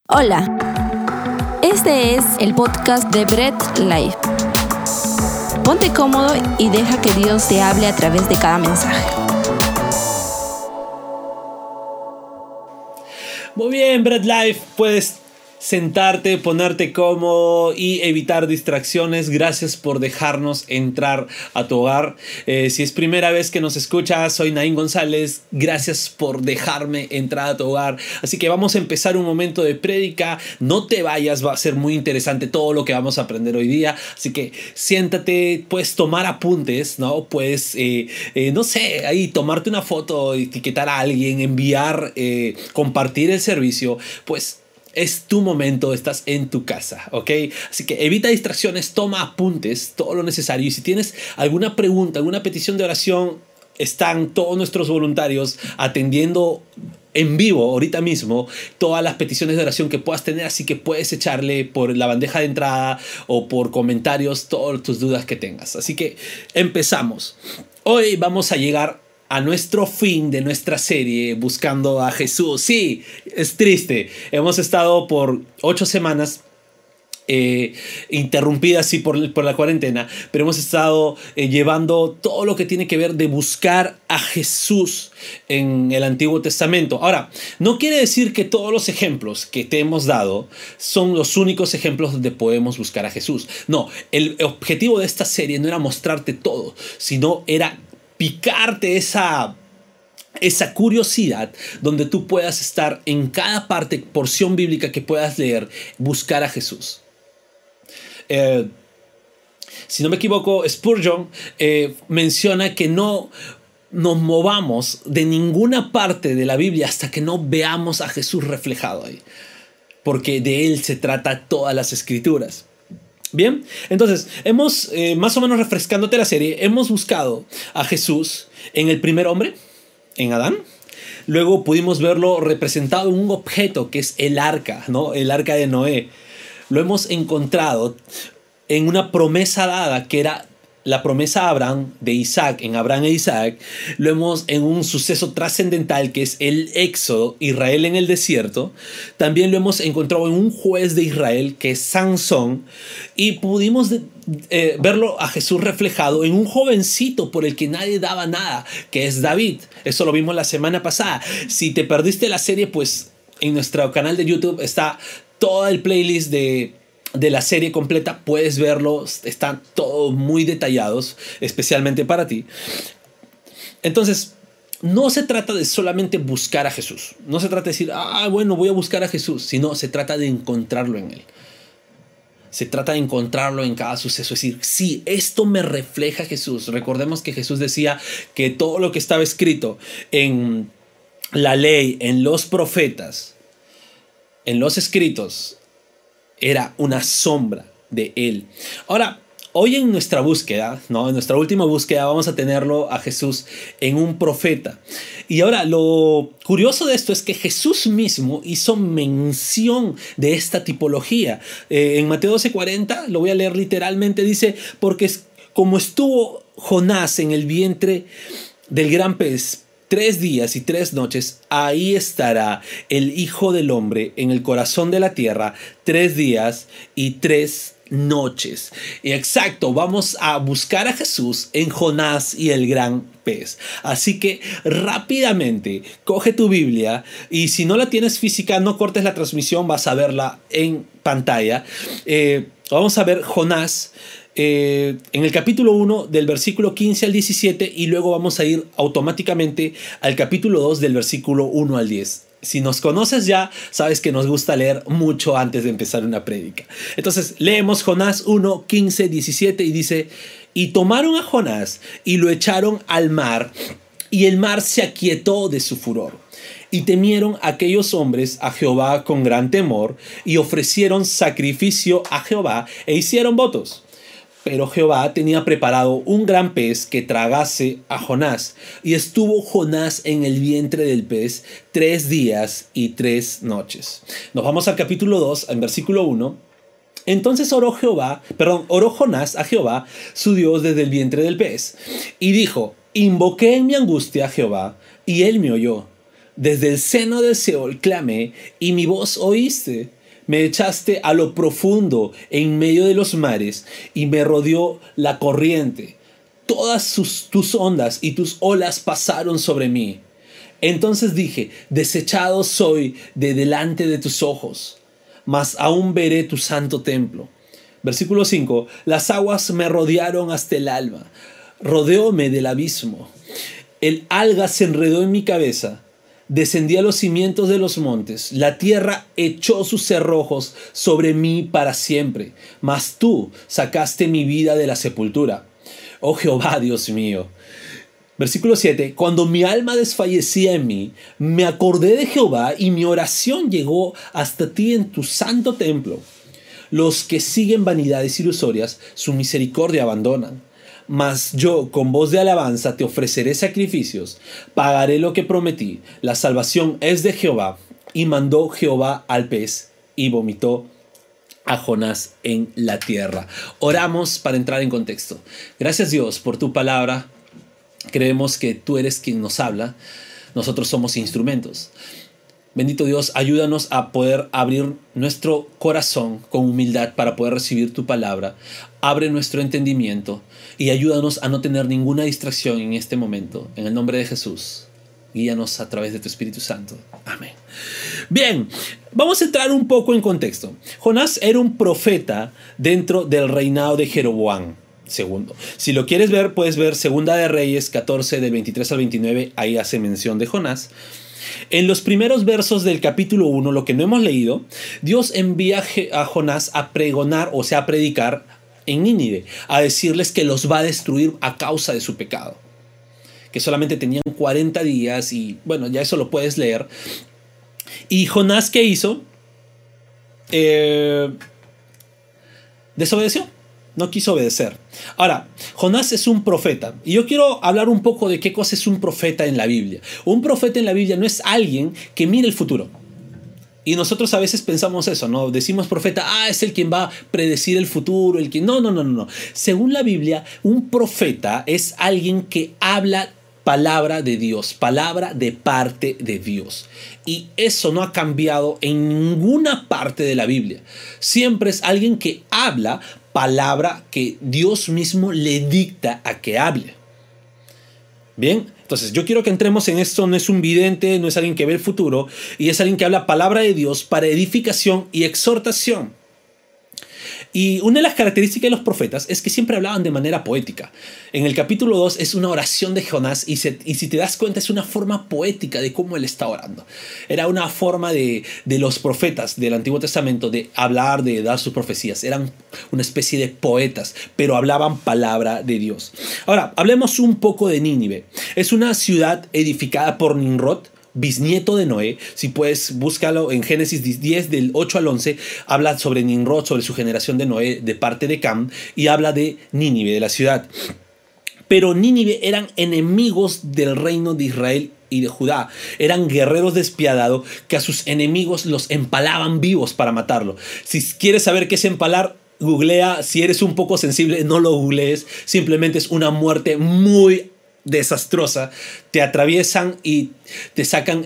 Hola, este es el podcast de Bread Life. Ponte cómodo y deja que Dios te hable a través de cada mensaje. Muy bien, Bread Life, puedes sentarte, ponerte cómodo y evitar distracciones. Gracias por dejarnos entrar a tu hogar. Si es primera vez que nos escuchas, soy Naín González. Gracias por dejarme entrar a tu hogar. Así que vamos a empezar un momento de prédica. No te vayas, va a ser muy interesante todo lo que vamos a aprender hoy día. Así que siéntate, puedes tomar apuntes, ¿no? Puedes, no sé, ahí tomarte una foto, etiquetar a alguien, enviar, compartir el servicio, pues es tu momento, estás en tu casa, ¿ok? Así que evita distracciones, toma apuntes, todo lo necesario. Y si tienes alguna pregunta, alguna petición de oración, están todos nuestros voluntarios atendiendo en vivo ahorita mismo todas las peticiones de oración que puedas tener. Así que puedes echarle por la bandeja de entrada o por comentarios todas tus dudas que tengas. Así que empezamos. Hoy vamos a llegar a nuestro fin de nuestra serie buscando a Jesús. Sí, es triste. Hemos estado por 8 semanas interrumpidas sí, por la cuarentena, pero hemos estado llevando todo lo que tiene que ver de buscar a Jesús en el Antiguo Testamento. Ahora, no quiere decir que todos los ejemplos que te hemos dado son los únicos ejemplos donde podemos buscar a Jesús. No, el objetivo de esta serie no era mostrarte todo, sino era picarte esa curiosidad donde tú puedas estar en cada porción bíblica que puedas leer, buscar a Jesús. Si no me equivoco, Spurgeon menciona que no nos movamos de ninguna parte de la Biblia hasta que no veamos a Jesús reflejado ahí, porque de él se trata todas las escrituras. Bien, entonces hemos, más o menos refrescándote la serie, hemos buscado a Jesús en el primer hombre, en Adán. Luego pudimos verlo representado en un objeto que es el arca, ¿no? El arca de Noé. Lo hemos encontrado en una promesa dada que era la promesa a Abraham de Isaac, en Abraham e Isaac. Lo vemos en un suceso trascendental que es el éxodo, Israel en el desierto. También lo hemos encontrado en un juez de Israel que es Sansón. Y pudimos verlo a Jesús reflejado en un jovencito por el que nadie daba nada, que es David. Eso lo vimos la semana pasada. Si te perdiste la serie, pues en nuestro canal de YouTube está todo el playlist de la serie completa, puedes verlo, están todos muy detallados, especialmente para ti. Entonces, no se trata de solamente buscar a Jesús, no se trata de decir, bueno, voy a buscar a Jesús, sino se trata de encontrarlo en él. Se trata de encontrarlo en cada suceso, es decir, sí, esto me refleja a Jesús. Recordemos que Jesús decía que todo lo que estaba escrito en la ley, en los profetas, en los escritos, era una sombra de él. Ahora, hoy en nuestra búsqueda, ¿no? En nuestra última búsqueda, vamos a tenerlo a Jesús en un profeta. Y ahora, lo curioso de esto es que Jesús mismo hizo mención de esta tipología. En Mateo 12:40, lo voy a leer literalmente, dice, porque como estuvo Jonás en el vientre del gran pez 3 días y 3 noches, ahí estará el Hijo del Hombre en el corazón de la tierra 3 días y 3 noches. Y exacto, vamos a buscar a Jesús en Jonás y el gran pez. Así que rápidamente coge tu Biblia y si no la tienes física, no cortes la transmisión, vas a verla en pantalla. Vamos a ver Jonás en el capítulo 1 del versículo 15 al 17 y luego vamos a ir automáticamente al capítulo 2 del versículo 1 al 10. Si nos conoces ya, sabes que nos gusta leer mucho antes de empezar una prédica. Entonces leemos Jonás 1, 15, 17 y dice: y tomaron a Jonás y lo echaron al mar, y el mar se aquietó de su furor. Y temieron aquellos hombres a Jehová con gran temor, y ofrecieron sacrificio a Jehová e hicieron votos. Pero Jehová tenía preparado un gran pez que tragase a Jonás. Y estuvo Jonás en el vientre del pez 3 días y 3 noches. Nos vamos al capítulo 2, en versículo 1. Entonces oró Jonás a Jehová, su Dios, desde el vientre del pez. Y dijo: invoqué en mi angustia a Jehová, y él me oyó. Desde el seno del Seol clamé, y mi voz oíste. Me echaste a lo profundo en medio de los mares y me rodeó la corriente. Todas tus ondas y tus olas pasaron sobre mí. Entonces dije, desechado soy de delante de tus ojos, mas aún veré tu santo templo. Versículo 5. Las aguas me rodearon hasta el alma. Rodeóme del abismo. El alga se enredó en mi cabeza. Descendí a los cimientos de los montes. La tierra echó sus cerrojos sobre mí para siempre. Mas tú sacaste mi vida de la sepultura. Oh Jehová, Dios mío. Versículo 7. Cuando mi alma desfallecía en mí, me acordé de Jehová y mi oración llegó hasta ti en tu santo templo. Los que siguen vanidades ilusorias, su misericordia abandonan. Mas yo, con voz de alabanza, te ofreceré sacrificios. Pagaré lo que prometí. La salvación es de Jehová. Y mandó Jehová al pez y vomitó a Jonás en la tierra. Oramos para entrar en contexto. Gracias, Dios, por tu palabra. Creemos que tú eres quien nos habla. Nosotros somos instrumentos. Bendito Dios, ayúdanos a poder abrir nuestro corazón con humildad para poder recibir tu palabra. Abre nuestro entendimiento y ayúdanos a no tener ninguna distracción en este momento. En el nombre de Jesús, guíanos a través de tu Espíritu Santo. Amén. Bien, vamos a entrar un poco en contexto. Jonás era un profeta dentro del reinado de Jeroboam II. Si lo quieres ver, puedes ver Segunda de Reyes 14 del 23 al 29. Ahí hace mención de Jonás. En los primeros versos del capítulo 1, lo que no hemos leído, Dios envía a Jonás a pregonar, o sea, a predicar en Nínive, a decirles que los va a destruir a causa de su pecado. Que solamente tenían 40 días y, bueno, ya eso lo puedes leer. ¿Y Jonás qué hizo? Desobedeció. No quiso obedecer. Ahora, Jonás es un profeta. Y yo quiero hablar un poco de qué cosa es un profeta en la Biblia. Un profeta en la Biblia no es alguien que mire el futuro. Y nosotros a veces pensamos eso, ¿no? Decimos profeta, es el quien va a predecir el futuro, el que... No. Según la Biblia, un profeta es alguien que habla palabra de Dios, palabra de parte de Dios. Y eso no ha cambiado en ninguna parte de la Biblia. Siempre es alguien que habla palabra que Dios mismo le dicta a que hable. Bien, entonces yo quiero que entremos en esto. No es un vidente, no es alguien que ve el futuro, y es alguien que habla palabra de Dios para edificación y exhortación. Y una de las características de los profetas es que siempre hablaban de manera poética. En el capítulo 2 es una oración de Jonás y si te das cuenta es una forma poética de cómo él está orando. Era una forma de los profetas del Antiguo Testamento de hablar, de dar sus profecías. Eran una especie de poetas, pero hablaban palabra de Dios. Ahora, hablemos un poco de Nínive. Es una ciudad edificada por Nimrod, bisnieto de Noé. Si puedes, búscalo en Génesis 10 del 8 al 11. Habla sobre Nimrod, sobre su generación de Noé de parte de Cam, y habla de Nínive, de la ciudad. Pero Nínive eran enemigos del reino de Israel y de Judá. Eran guerreros despiadados que a sus enemigos los empalaban vivos para matarlo. Si quieres saber qué es empalar, googlea. Si eres un poco sensible, no lo googlees. Simplemente es una muerte muy desastrosa. Te atraviesan y te sacan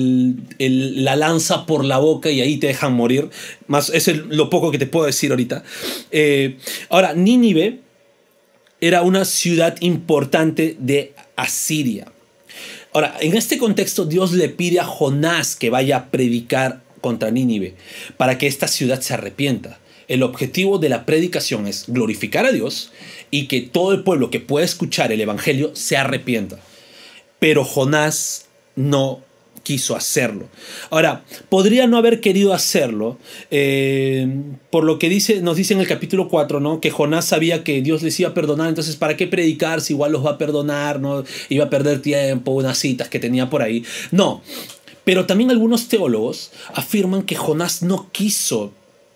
la lanza por la boca y ahí te dejan morir. Más, eso es lo poco que te puedo decir ahorita. Ahora, Nínive era una ciudad importante de Asiria. Ahora, en este contexto, Dios le pide a Jonás que vaya a predicar contra Nínive para que esta ciudad se arrepienta. El objetivo de la predicación es glorificar a Dios y que todo el pueblo que pueda escuchar el evangelio se arrepienta. Pero Jonás no quiso hacerlo. Ahora, podría no haber querido hacerlo, por lo que nos dice en el capítulo 4, ¿no? Que Jonás sabía que Dios les iba a perdonar, entonces ¿para qué predicar si igual los va a perdonar? ¿No? Iba a perder tiempo, unas citas que tenía por ahí. No, pero también algunos teólogos afirman que Jonás no quiso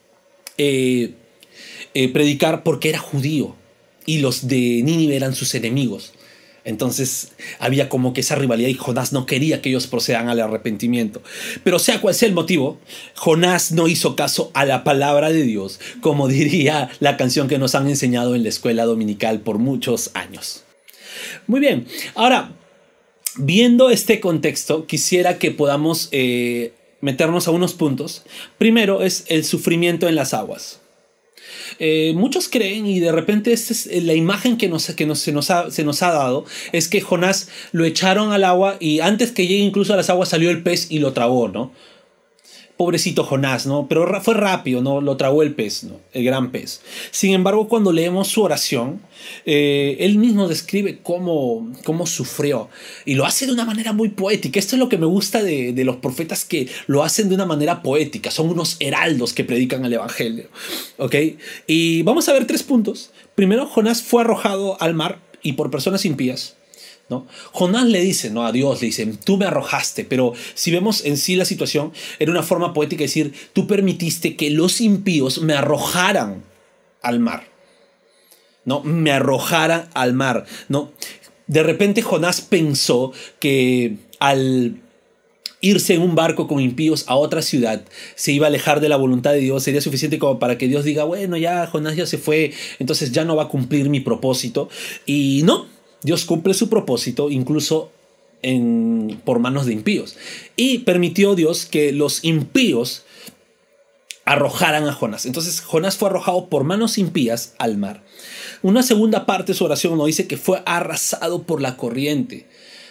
predicar porque era judío y los de Nínive eran sus enemigos. Entonces había como que esa rivalidad y Jonás no quería que ellos procedan al arrepentimiento. Pero sea cual sea el motivo, Jonás no hizo caso a la palabra de Dios, como diría la canción que nos han enseñado en la escuela dominical por muchos años. Muy bien, ahora, viendo este contexto, quisiera que podamos meternos a unos puntos. Primero es el sufrimiento en las aguas. Muchos creen, y de repente esta es la imagen que se nos ha dado, es que Jonás lo echaron al agua y antes que llegue incluso a las aguas salió el pez y lo tragó, ¿no? Pobrecito Jonás, ¿no? Pero fue rápido, ¿no? Lo tragó el pez, ¿no? El gran pez. Sin embargo, cuando leemos su oración, él mismo describe cómo sufrió. Y lo hace de una manera muy poética. Esto es lo que me gusta de los profetas, que lo hacen de una manera poética. Son unos heraldos que predican el evangelio. ¿Ok? Y vamos a ver 3 puntos. Primero, Jonás fue arrojado al mar y por personas impías, ¿no? Jonás le dice, ¿no? A Dios le dice, tú me arrojaste, pero si vemos en sí la situación, era una forma poética de decir, tú permitiste que los impíos me arrojaran al mar, ¿no? Me arrojaran al mar, ¿no? De repente Jonás pensó que al irse en un barco con impíos a otra ciudad se iba a alejar de la voluntad de Dios, sería suficiente como para que Dios diga, bueno, ya Jonás ya se fue, entonces ya no va a cumplir mi propósito. Y no, Dios cumple su propósito incluso por manos de impíos. Y permitió Dios que los impíos arrojaran a Jonás. Entonces Jonás fue arrojado por manos impías al mar. Una segunda parte de su oración nos dice que fue arrasado por la corriente.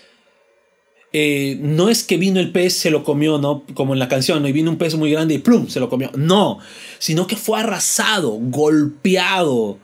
No es que vino el pez, se lo comió, ¿no? Como en la canción, ¿no? Y vino un pez muy grande y ¡plum! Se lo comió. No, sino que fue arrasado, golpeado.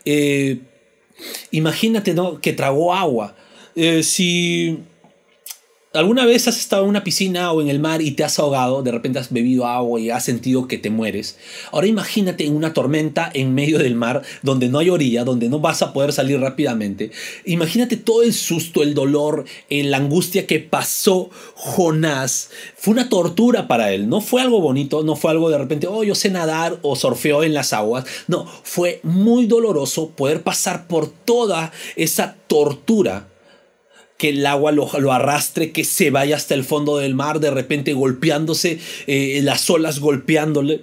Imagínate, ¿no? Que tragó agua. Si alguna vez has estado en una piscina o en el mar y te has ahogado, de repente has bebido agua y has sentido que te mueres. Ahora imagínate en una tormenta en medio del mar, donde no hay orilla, donde no vas a poder salir rápidamente. Imagínate todo el susto, el dolor, la angustia que pasó Jonás. Fue una tortura para él. No fue algo bonito, no fue algo de repente, oh, yo sé nadar o surfeo en las aguas. No, fue muy doloroso poder pasar por toda esa tortura. Que el agua lo arrastre, que se vaya hasta el fondo del mar, de repente golpeándose, las olas golpeándole.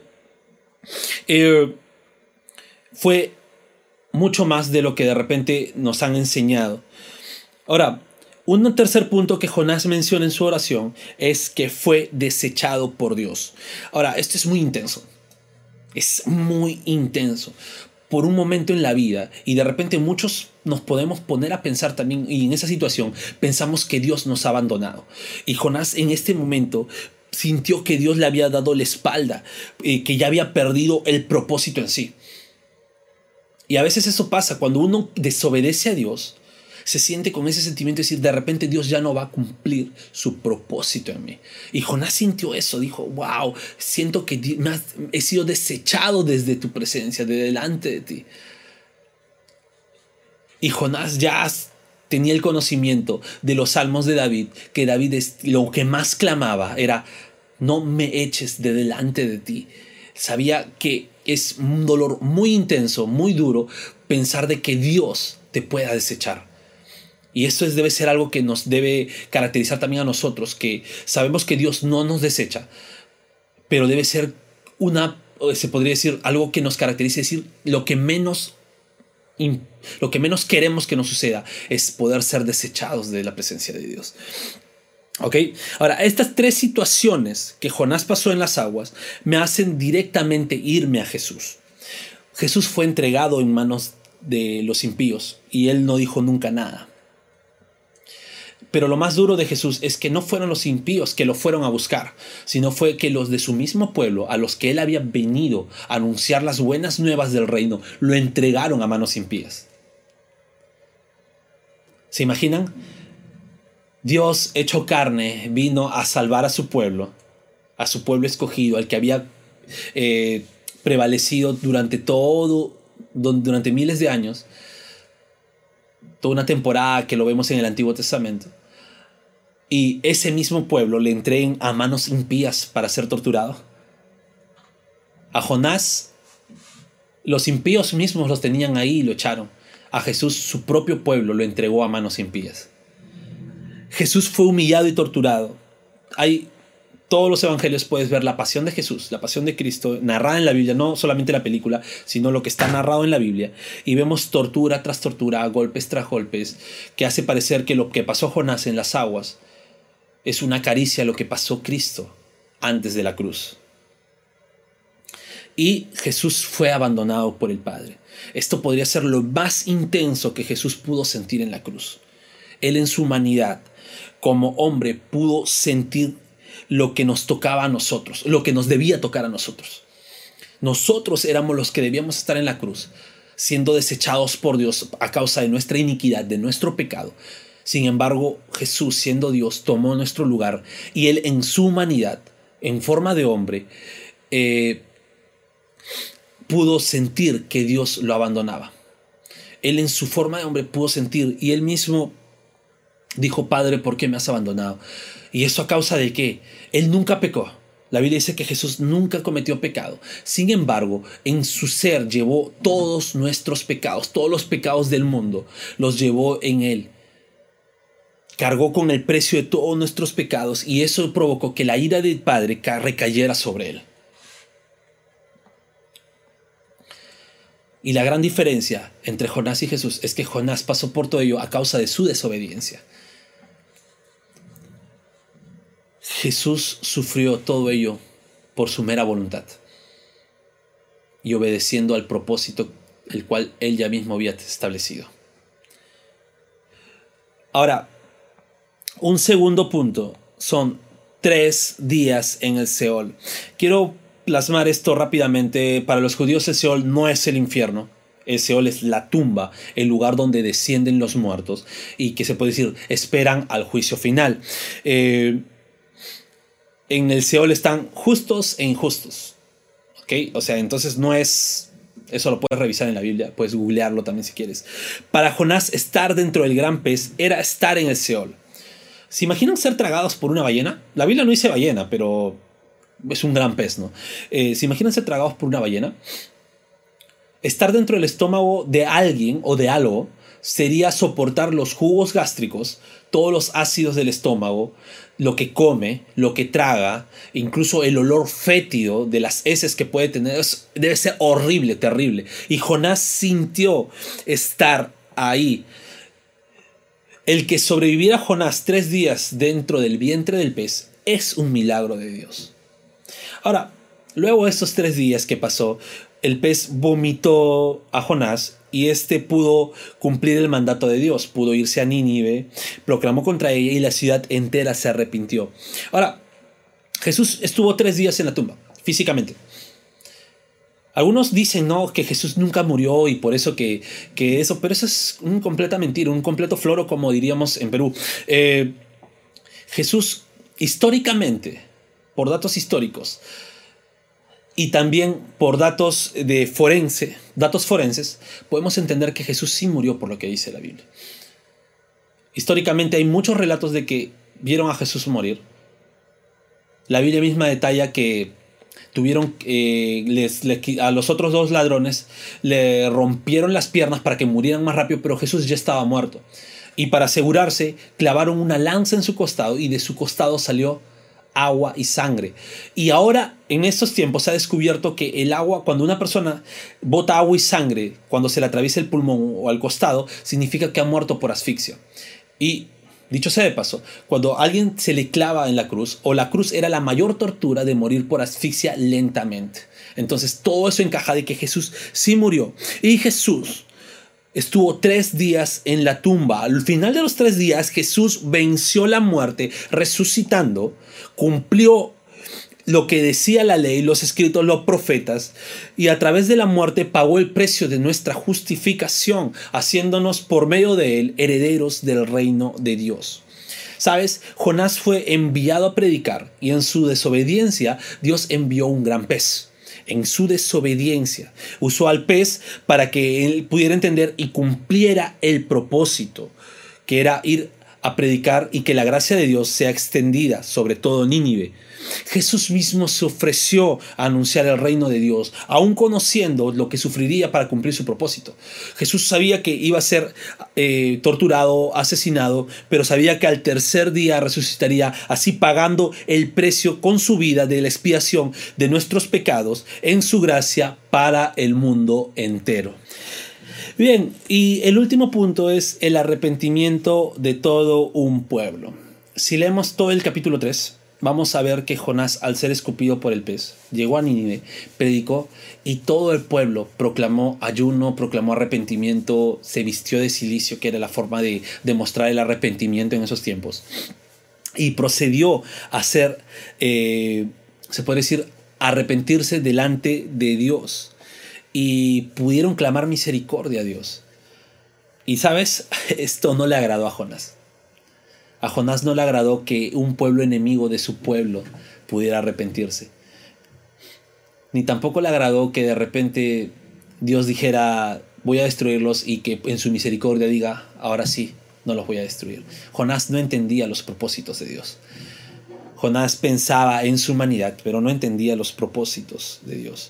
Fue mucho más de lo que de repente nos han enseñado. Ahora, un tercer punto que Jonás menciona en su oración es que fue desechado por Dios. Ahora, esto es muy intenso. Es muy intenso. Por un momento en la vida, y de repente muchos nos podemos poner a pensar también, y en esa situación pensamos que Dios nos ha abandonado. Y Jonás en este momento sintió que Dios le había dado la espalda, que ya había perdido el propósito en sí. Y a veces eso pasa cuando uno desobedece a Dios. Se siente con ese sentimiento de decir, de repente Dios ya no va a cumplir su propósito en mí. Y Jonás sintió eso, dijo, wow, siento que he sido desechado desde tu presencia, de delante de ti. Y Jonás ya tenía el conocimiento de los salmos de David, que David lo que más clamaba era, no me eches de delante de ti. Sabía que es un dolor muy intenso, muy duro, pensar de que Dios te pueda desechar. Y esto debe ser algo que nos debe caracterizar también a nosotros, que sabemos que Dios no nos desecha, pero debe ser se podría decir, algo que nos caracterice, decir, lo que menos queremos que nos suceda es poder ser desechados de la presencia de Dios. ¿Ok? Ahora, estas 3 situaciones que Jonás pasó en las aguas me hacen directamente irme a Jesús. Jesús fue entregado en manos de los impíos y él no dijo nunca nada. Pero lo más duro de Jesús es que no fueron los impíos que lo fueron a buscar, sino fue que los de su mismo pueblo, a los que él había venido a anunciar las buenas nuevas del reino, lo entregaron a manos impías. ¿Se imaginan? Dios hecho carne vino a salvar a su pueblo escogido, al que había prevalecido durante miles de años, toda una temporada que lo vemos en el Antiguo Testamento, y ese mismo pueblo le entreguen a manos impías para ser torturado. A Jonás, los impíos mismos los tenían ahí y lo echaron. A Jesús, su propio pueblo, lo entregó a manos impías. Jesús fue humillado y torturado. Todos los evangelios puedes ver la pasión de Jesús, la pasión de Cristo, narrada en la Biblia, no solamente la película, sino lo que está narrado en la Biblia. Y vemos tortura tras tortura, golpes tras golpes, que hace parecer que lo que pasó Jonás en las aguas es una caricia a lo que pasó Cristo antes de la cruz. Y Jesús fue abandonado por el Padre. Esto podría ser lo más intenso que Jesús pudo sentir en la cruz. Él en su humanidad, como hombre, pudo sentir lo que nos tocaba a nosotros, lo que nos debía tocar a nosotros. Nosotros éramos los que debíamos estar en la cruz, siendo desechados por Dios a causa de nuestra iniquidad, de nuestro pecado. Sin embargo, Jesús, siendo Dios, tomó nuestro lugar y Él en su humanidad, en forma de hombre, pudo sentir que Dios lo abandonaba. Él en su forma de hombre pudo sentir y Él mismo dijo: Padre, ¿por qué me has abandonado? Y eso a causa de que Él nunca pecó. La Biblia dice que Jesús nunca cometió pecado. Sin embargo, en su ser llevó todos nuestros pecados, todos los pecados del mundo, los llevó en Él. Cargó con el precio de todos nuestros pecados y eso provocó que la ira del Padre recayera sobre Él. Y la gran diferencia entre Jonás y Jesús es que Jonás pasó por todo ello a causa de su desobediencia. Jesús sufrió todo ello por su mera voluntad y obedeciendo al propósito el cual Él ya mismo había establecido. Ahora, un segundo punto son 3 días en el Seol. Quiero plasmar esto rápidamente. Para los judíos el Seol no es el infierno. El Seol es la tumba, el lugar donde descienden los muertos y que se puede decir esperan al juicio final. En el Seol están justos e injustos. ¿Okay? O sea, entonces no es... Eso lo puedes revisar en la Biblia, puedes googlearlo también si quieres. Para Jonás, estar dentro del gran pez era estar en el Seol. ¿Se imaginan ser tragados por una ballena? La Biblia no dice ballena, pero es un gran pez, ¿no? ¿Se imaginan ser tragados por una ballena? Estar dentro del estómago de alguien o de algo sería soportar los jugos gástricos, todos los ácidos del estómago, lo que come, lo que traga, incluso el olor fétido de las heces que puede tener. Debe ser horrible, terrible. Y Jonás sintió estar ahí. El que sobreviviera Jonás 3 días dentro del vientre del pez es un milagro de Dios. Ahora, luego de estos 3 días que pasó, el pez vomitó a Jonás y este pudo cumplir el mandato de Dios. Pudo irse a Nínive, proclamó contra ella y la ciudad entera se arrepintió. Ahora, Jesús estuvo 3 días en la tumba, físicamente. Algunos dicen no, que Jesús nunca murió y por eso que eso, pero eso es una completa mentira, un completo floro, como diríamos en Perú. Jesús, históricamente, por datos históricos y también por datos forenses, podemos entender que Jesús sí murió por lo que dice la Biblia. Históricamente hay muchos relatos de que vieron a Jesús morir. La Biblia misma detalla que tuvieron a los otros 2 ladrones le rompieron las piernas para que murieran más rápido, pero Jesús ya estaba muerto. Y para asegurarse, clavaron una lanza en su costado y de su costado salió agua y sangre. Y ahora, en estos tiempos, se ha descubierto que el agua, cuando una persona bota agua y sangre, cuando se le atraviesa el pulmón o al costado, significa que ha muerto por asfixia. Y dicho sea de paso, cuando alguien se le clava en la cruz, o la cruz era la mayor tortura de morir por asfixia lentamente. Entonces todo eso encaja de que Jesús sí murió. Y Jesús estuvo 3 días en la tumba. Al final de los 3 días, Jesús venció la muerte, resucitando, cumplió lo que decía la ley, los escritos, los profetas, y a través de la muerte pagó el precio de nuestra justificación, haciéndonos por medio de él herederos del reino de Dios. ¿Sabes? Jonás fue enviado a predicar y en su desobediencia Dios envió un gran pez. En su desobediencia usó al pez para que él pudiera entender y cumpliera el propósito, que era ir a predicar y que la gracia de Dios sea extendida sobre todo Nínive. Jesús mismo se ofreció a anunciar el reino de Dios, aún conociendo lo que sufriría para cumplir su propósito. Jesús sabía que iba a ser torturado, asesinado, pero sabía que al 3er día resucitaría, así pagando el precio con su vida de la expiación de nuestros pecados en su gracia para el mundo entero. Bien, y el último punto es el arrepentimiento de todo un pueblo. Si leemos todo el capítulo 3, vamos a ver que Jonás, al ser escupido por el pez, llegó a Nínive, predicó y todo el pueblo proclamó ayuno, proclamó arrepentimiento, se vistió de cilicio, que era la forma de demostrar el arrepentimiento en esos tiempos. Y procedió a hacer, se puede decir, arrepentirse delante de Dios. Y pudieron clamar misericordia a Dios. Y sabes, esto no le agradó a Jonás. A Jonás no le agradó que un pueblo enemigo de su pueblo pudiera arrepentirse. Ni tampoco le agradó que de repente Dios dijera, voy a destruirlos, y que en su misericordia diga, ahora sí, no los voy a destruir. Jonás no entendía los propósitos de Dios. Jonás pensaba en su humanidad, pero no entendía los propósitos de Dios.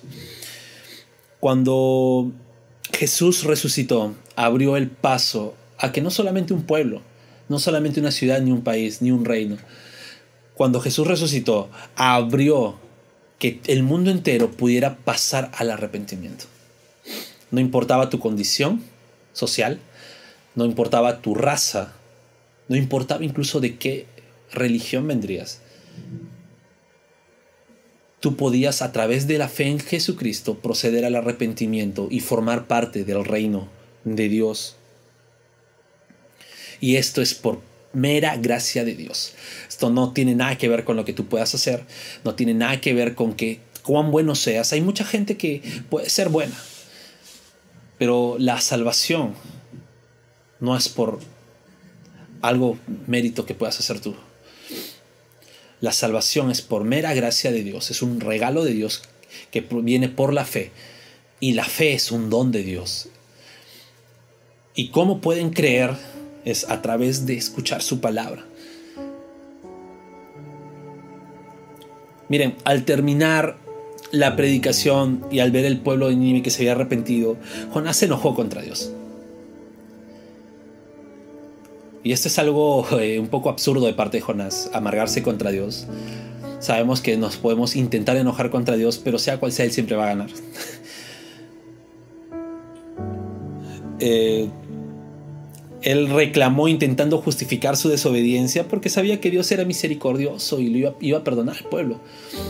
Cuando Jesús resucitó, abrió el paso a que no solamente un pueblo, no solamente una ciudad, ni un país, ni un reino. Cuando Jesús resucitó, abrió que el mundo entero pudiera pasar al arrepentimiento. No importaba tu condición social, no importaba tu raza, no importaba incluso de qué religión vendrías. Tú podías, a través de la fe en Jesucristo, proceder al arrepentimiento y formar parte del reino de Dios. Y esto es por mera gracia de Dios. Esto no tiene nada que ver con lo que tú puedas hacer, no tiene nada que ver con cuán bueno seas. Hay mucha gente que puede ser buena, pero la salvación no es por algo mérito que puedas hacer tú. La salvación es por mera gracia de Dios, es un regalo de Dios que viene por la fe, y la fe es un don de Dios. ¿Y cómo pueden creer? Es a través de escuchar su palabra. Miren, al terminar la predicación y al ver el pueblo de Nínive que se había arrepentido, Jonás se enojó contra Dios. Y esto es algo un poco absurdo de parte de Jonás, amargarse contra Dios. Sabemos que nos podemos intentar enojar contra Dios, pero sea cual sea, Él siempre va a ganar. Él reclamó intentando justificar su desobediencia porque sabía que Dios era misericordioso y lo iba a perdonar al pueblo.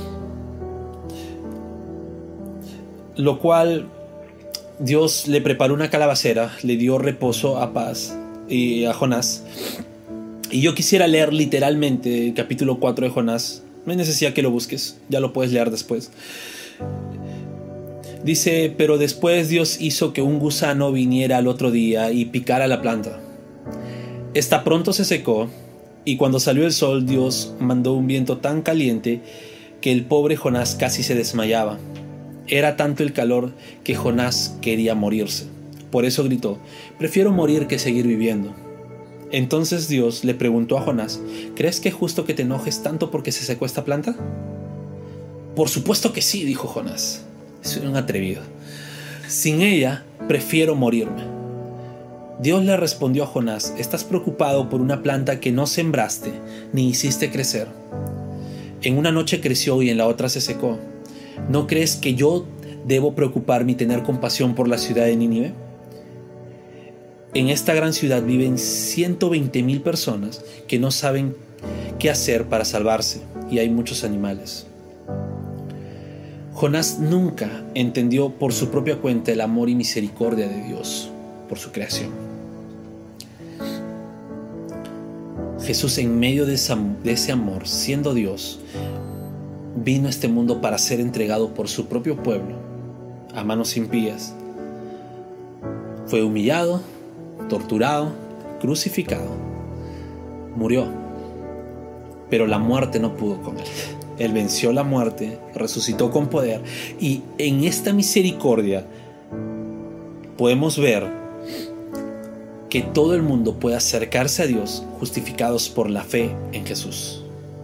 Lo cual Dios le preparó una calabacera, le dio reposo a paz y a Jonás. Y yo quisiera leer literalmente el capítulo 4 de Jonás. No hay necesidad que lo busques, ya lo puedes leer después. Dice, pero después Dios hizo que un gusano viniera al otro día y picara la planta. Esta pronto se secó, y cuando salió el sol, Dios mandó un viento tan caliente que el pobre Jonás casi se desmayaba. Era tanto el calor que Jonás quería morirse. Por eso gritó, prefiero morir que seguir viviendo. Entonces Dios le preguntó a Jonás, ¿crees que es justo que te enojes tanto porque se secó esta planta? Por supuesto que sí, dijo Jonás. Soy un atrevido. Sin ella, prefiero morirme. Dios le respondió a Jonás, estás preocupado por una planta que no sembraste ni hiciste crecer. En una noche creció y en la otra se secó. ¿No crees que yo debo preocuparme y tener compasión por la ciudad de Nínive? En esta gran ciudad viven 120,000 personas que no saben qué hacer para salvarse, y hay muchos animales. Jonás nunca entendió por su propia cuenta el amor y misericordia de Dios por su creación. Jesús, en medio de ese amor, siendo Dios, vino a este mundo para ser entregado por su propio pueblo a manos impías. Fue humillado, torturado, crucificado, murió, pero la muerte no pudo con él. Él venció la muerte, resucitó con poder, y en esta misericordia podemos ver que todo el mundo puede acercarse a Dios justificados por la fe en Jesús.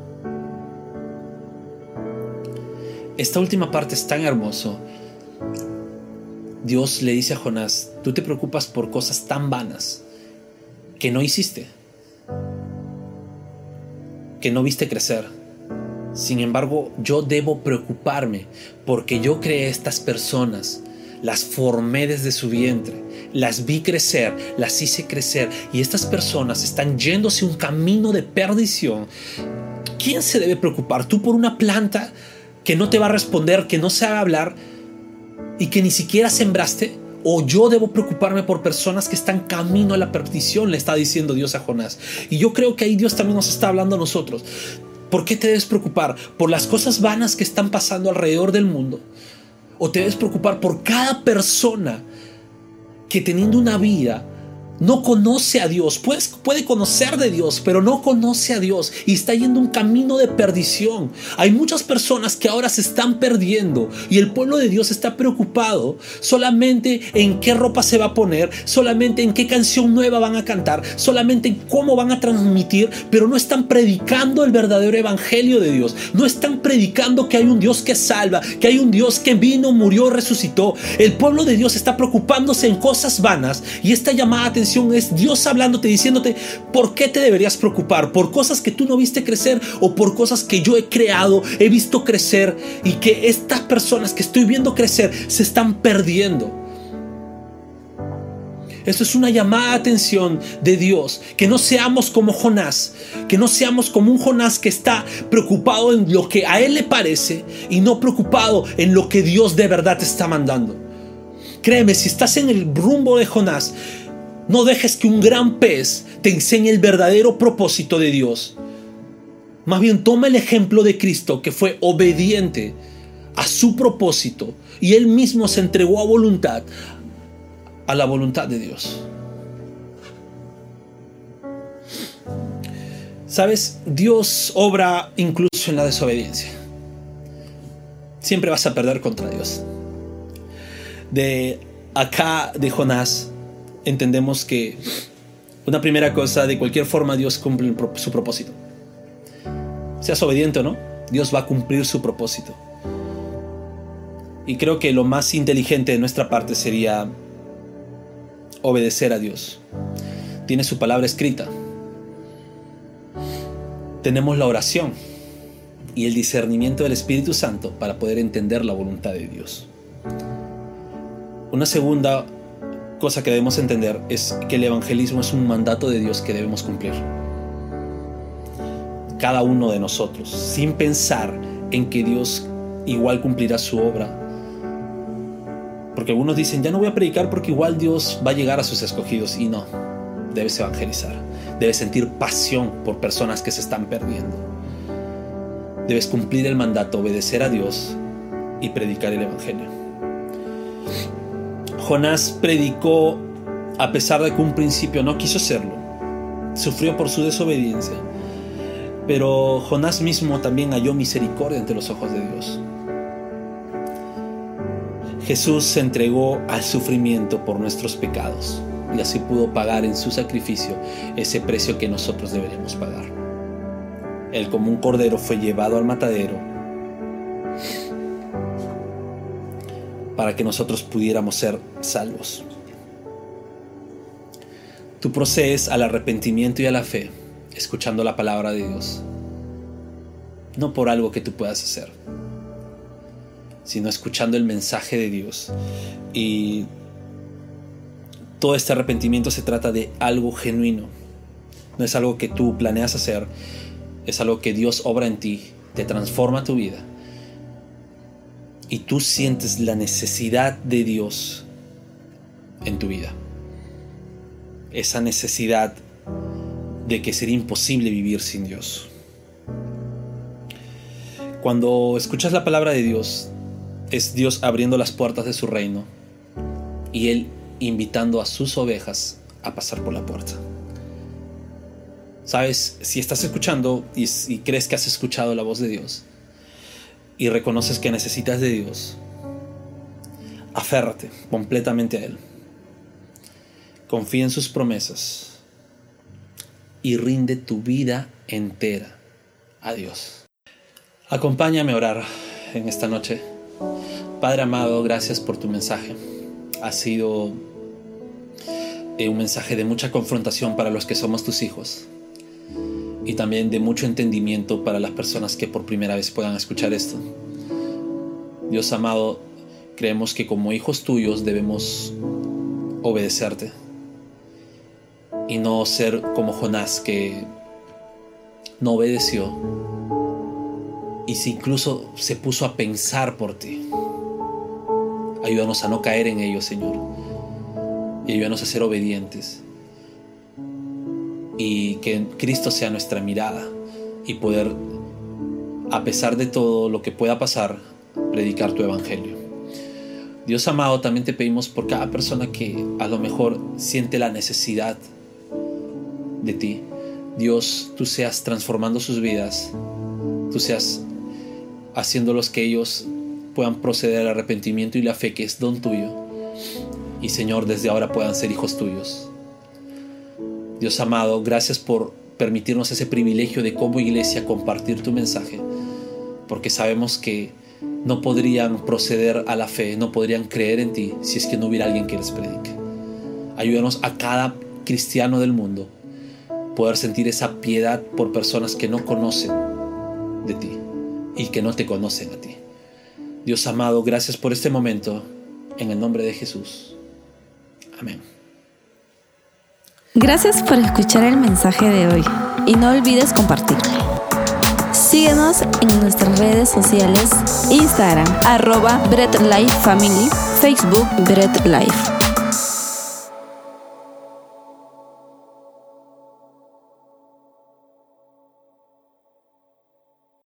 Esta última parte es tan hermoso. Dios le dice a Jonás, tú te preocupas por cosas tan vanas que no hiciste, que no viste crecer. Sin embargo, yo debo preocuparme porque yo creé estas personas, las formé desde su vientre, las vi crecer, las hice crecer, y estas personas están yéndose un camino de perdición ¿Quién se debe preocupar? ¿Tú por una planta que no te va a responder, que no sabe hablar y que ni siquiera sembraste? ¿O yo debo preocuparme por personas que están camino a la perdición? Le está diciendo Dios a Jonás. Y yo creo que ahí Dios también nos está hablando a nosotros. ¿Por qué te debes preocupar? ¿Por las cosas vanas que están pasando alrededor del mundo? ¿O te debes preocupar por cada persona que, teniendo una vida, no conoce a Dios? Puede conocer de Dios, pero no conoce a Dios y está yendo un camino de perdición. Hay muchas personas que ahora se están perdiendo y el pueblo de Dios está preocupado solamente en qué ropa se va a poner, solamente en qué canción nueva van a cantar, solamente en cómo van a transmitir, pero no están predicando el verdadero evangelio de Dios. No están predicando que hay un Dios que salva, que hay un Dios que vino, murió, resucitó. El pueblo de Dios está preocupándose en cosas vanas y esta llamada atención es Dios hablándote, diciéndote por qué te deberías preocupar, por cosas que tú no viste crecer o por cosas que yo he creado, he visto crecer y que estas personas que estoy viendo crecer se están perdiendo. Esto es una llamada de atención de Dios, que no seamos como Jonás, que no seamos como un Jonás que está preocupado en lo que a él le parece y no preocupado en lo que Dios de verdad te está mandando. Créeme, si estás en el rumbo de Jonás, no dejes que un gran pez te enseñe el verdadero propósito de Dios. Más bien toma el ejemplo de Cristo, que fue obediente a su propósito y él mismo se entregó a la voluntad de Dios. ¿Sabes? Dios obra incluso en la desobediencia. Siempre vas a perder contra Dios. De Jonás entendemos que una primera cosa, de cualquier forma Dios cumple su propósito. Seas obediente o no, Dios va a cumplir su propósito. Y creo que lo más inteligente de nuestra parte sería obedecer a Dios. Tiene su palabra escrita. Tenemos la oración y el discernimiento del Espíritu Santo para poder entender la voluntad de Dios. Una segunda cosa que debemos entender es que el evangelismo es un mandato de Dios que debemos cumplir. Cada uno de nosotros, sin pensar en que Dios igual cumplirá su obra. Porque algunos dicen, ya no voy a predicar porque igual Dios va a llegar a sus escogidos. Y no, debes evangelizar. Debes sentir pasión por personas que se están perdiendo. Debes cumplir el mandato, obedecer a Dios y predicar el evangelio. Jonás predicó a pesar de que un principio no quiso hacerlo. Sufrió por su desobediencia. Pero Jonás mismo también halló misericordia ante los ojos de Dios. Jesús se entregó al sufrimiento por nuestros pecados y así pudo pagar en su sacrificio ese precio que nosotros deberíamos pagar. Él, como un cordero, fue llevado al matadero para que nosotros pudiéramos ser salvos. Tú procedes al arrepentimiento y a la fe escuchando la palabra de Dios, no por algo que tú puedas hacer, sino escuchando el mensaje de Dios. Y todo este arrepentimiento se trata de algo genuino. No es algo que tú planeas hacer, es algo que Dios obra en ti, te transforma tu vida y tú sientes la necesidad de Dios en tu vida. Esa necesidad de que sería imposible vivir sin Dios. Cuando escuchas la palabra de Dios, es Dios abriendo las puertas de su reino y Él invitando a sus ovejas a pasar por la puerta. Sabes, si estás escuchando y crees que has escuchado la voz de Dios y reconoces que necesitas de Dios, aférrate completamente a Él. Confía en sus promesas y rinde tu vida entera a Dios. Acompáñame a orar en esta noche. Padre amado, gracias por tu mensaje. Ha sido un mensaje de mucha confrontación para los que somos tus hijos y también de mucho entendimiento para las personas que por primera vez puedan escuchar esto. Dios amado, creemos que como hijos tuyos debemos obedecerte y no ser como Jonás, que no obedeció y si incluso se puso a pensar por ti. Ayúdanos a no caer en ello, Señor, y ayúdanos a ser obedientes, y que Cristo sea nuestra mirada y poder, a pesar de todo lo que pueda pasar, predicar tu evangelio. Dios amado, también te pedimos por cada persona que a lo mejor siente la necesidad de ti. Dios, tú seas transformando sus vidas, tú seas haciéndolos que ellos puedan proceder al arrepentimiento y la fe, que es don tuyo, y Señor, desde ahora puedan ser hijos tuyos. Dios amado, gracias por permitirnos ese privilegio de como iglesia compartir tu mensaje, porque sabemos que no podrían proceder a la fe, no podrían creer en ti si es que no hubiera alguien que les predique. Ayúdanos a cada cristiano del mundo poder sentir esa piedad por personas que no conocen de ti y que no te conocen a ti. Dios amado, gracias por este momento, en el nombre de Jesús. Amén. Gracias por escuchar el mensaje de hoy y no olvides compartirlo. Síguenos en nuestras redes sociales: Instagram @BreadLifeFamily, Facebook BreadLife.